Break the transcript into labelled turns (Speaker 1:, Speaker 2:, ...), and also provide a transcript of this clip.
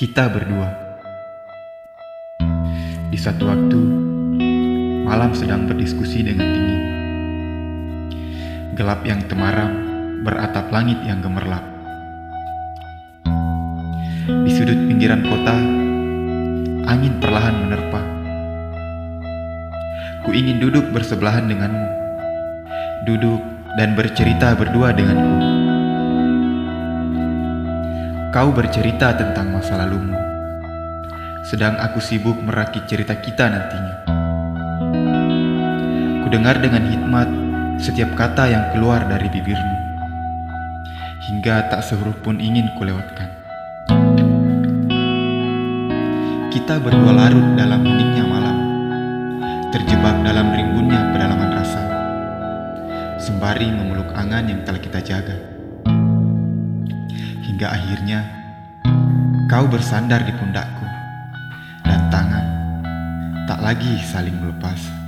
Speaker 1: Kita berdua. Di satu waktu, malam sedang berdiskusi dengan dingin. Gelap yang temaram beratap langit yang gemerlap. Di sudut pinggiran kota, angin perlahan menerpa. Ku ingin duduk bersebelahan denganmu, duduk dan bercerita berdua denganku. Kau bercerita tentang masa lalumu, sedang aku sibuk merakit cerita kita nantinya. Ku dengar dengan hikmat setiap kata yang keluar dari bibirmu, hingga tak sehuruf pun ingin kulewatkan. Kita berdua larut dalam heningnya malam, terjebak dalam rimbunnya pedalaman rasa, sembari memeluk angan yang telah kita jaga. Hingga akhirnya kau bersandar di pundakku, dan tangan tak lagi saling melepas.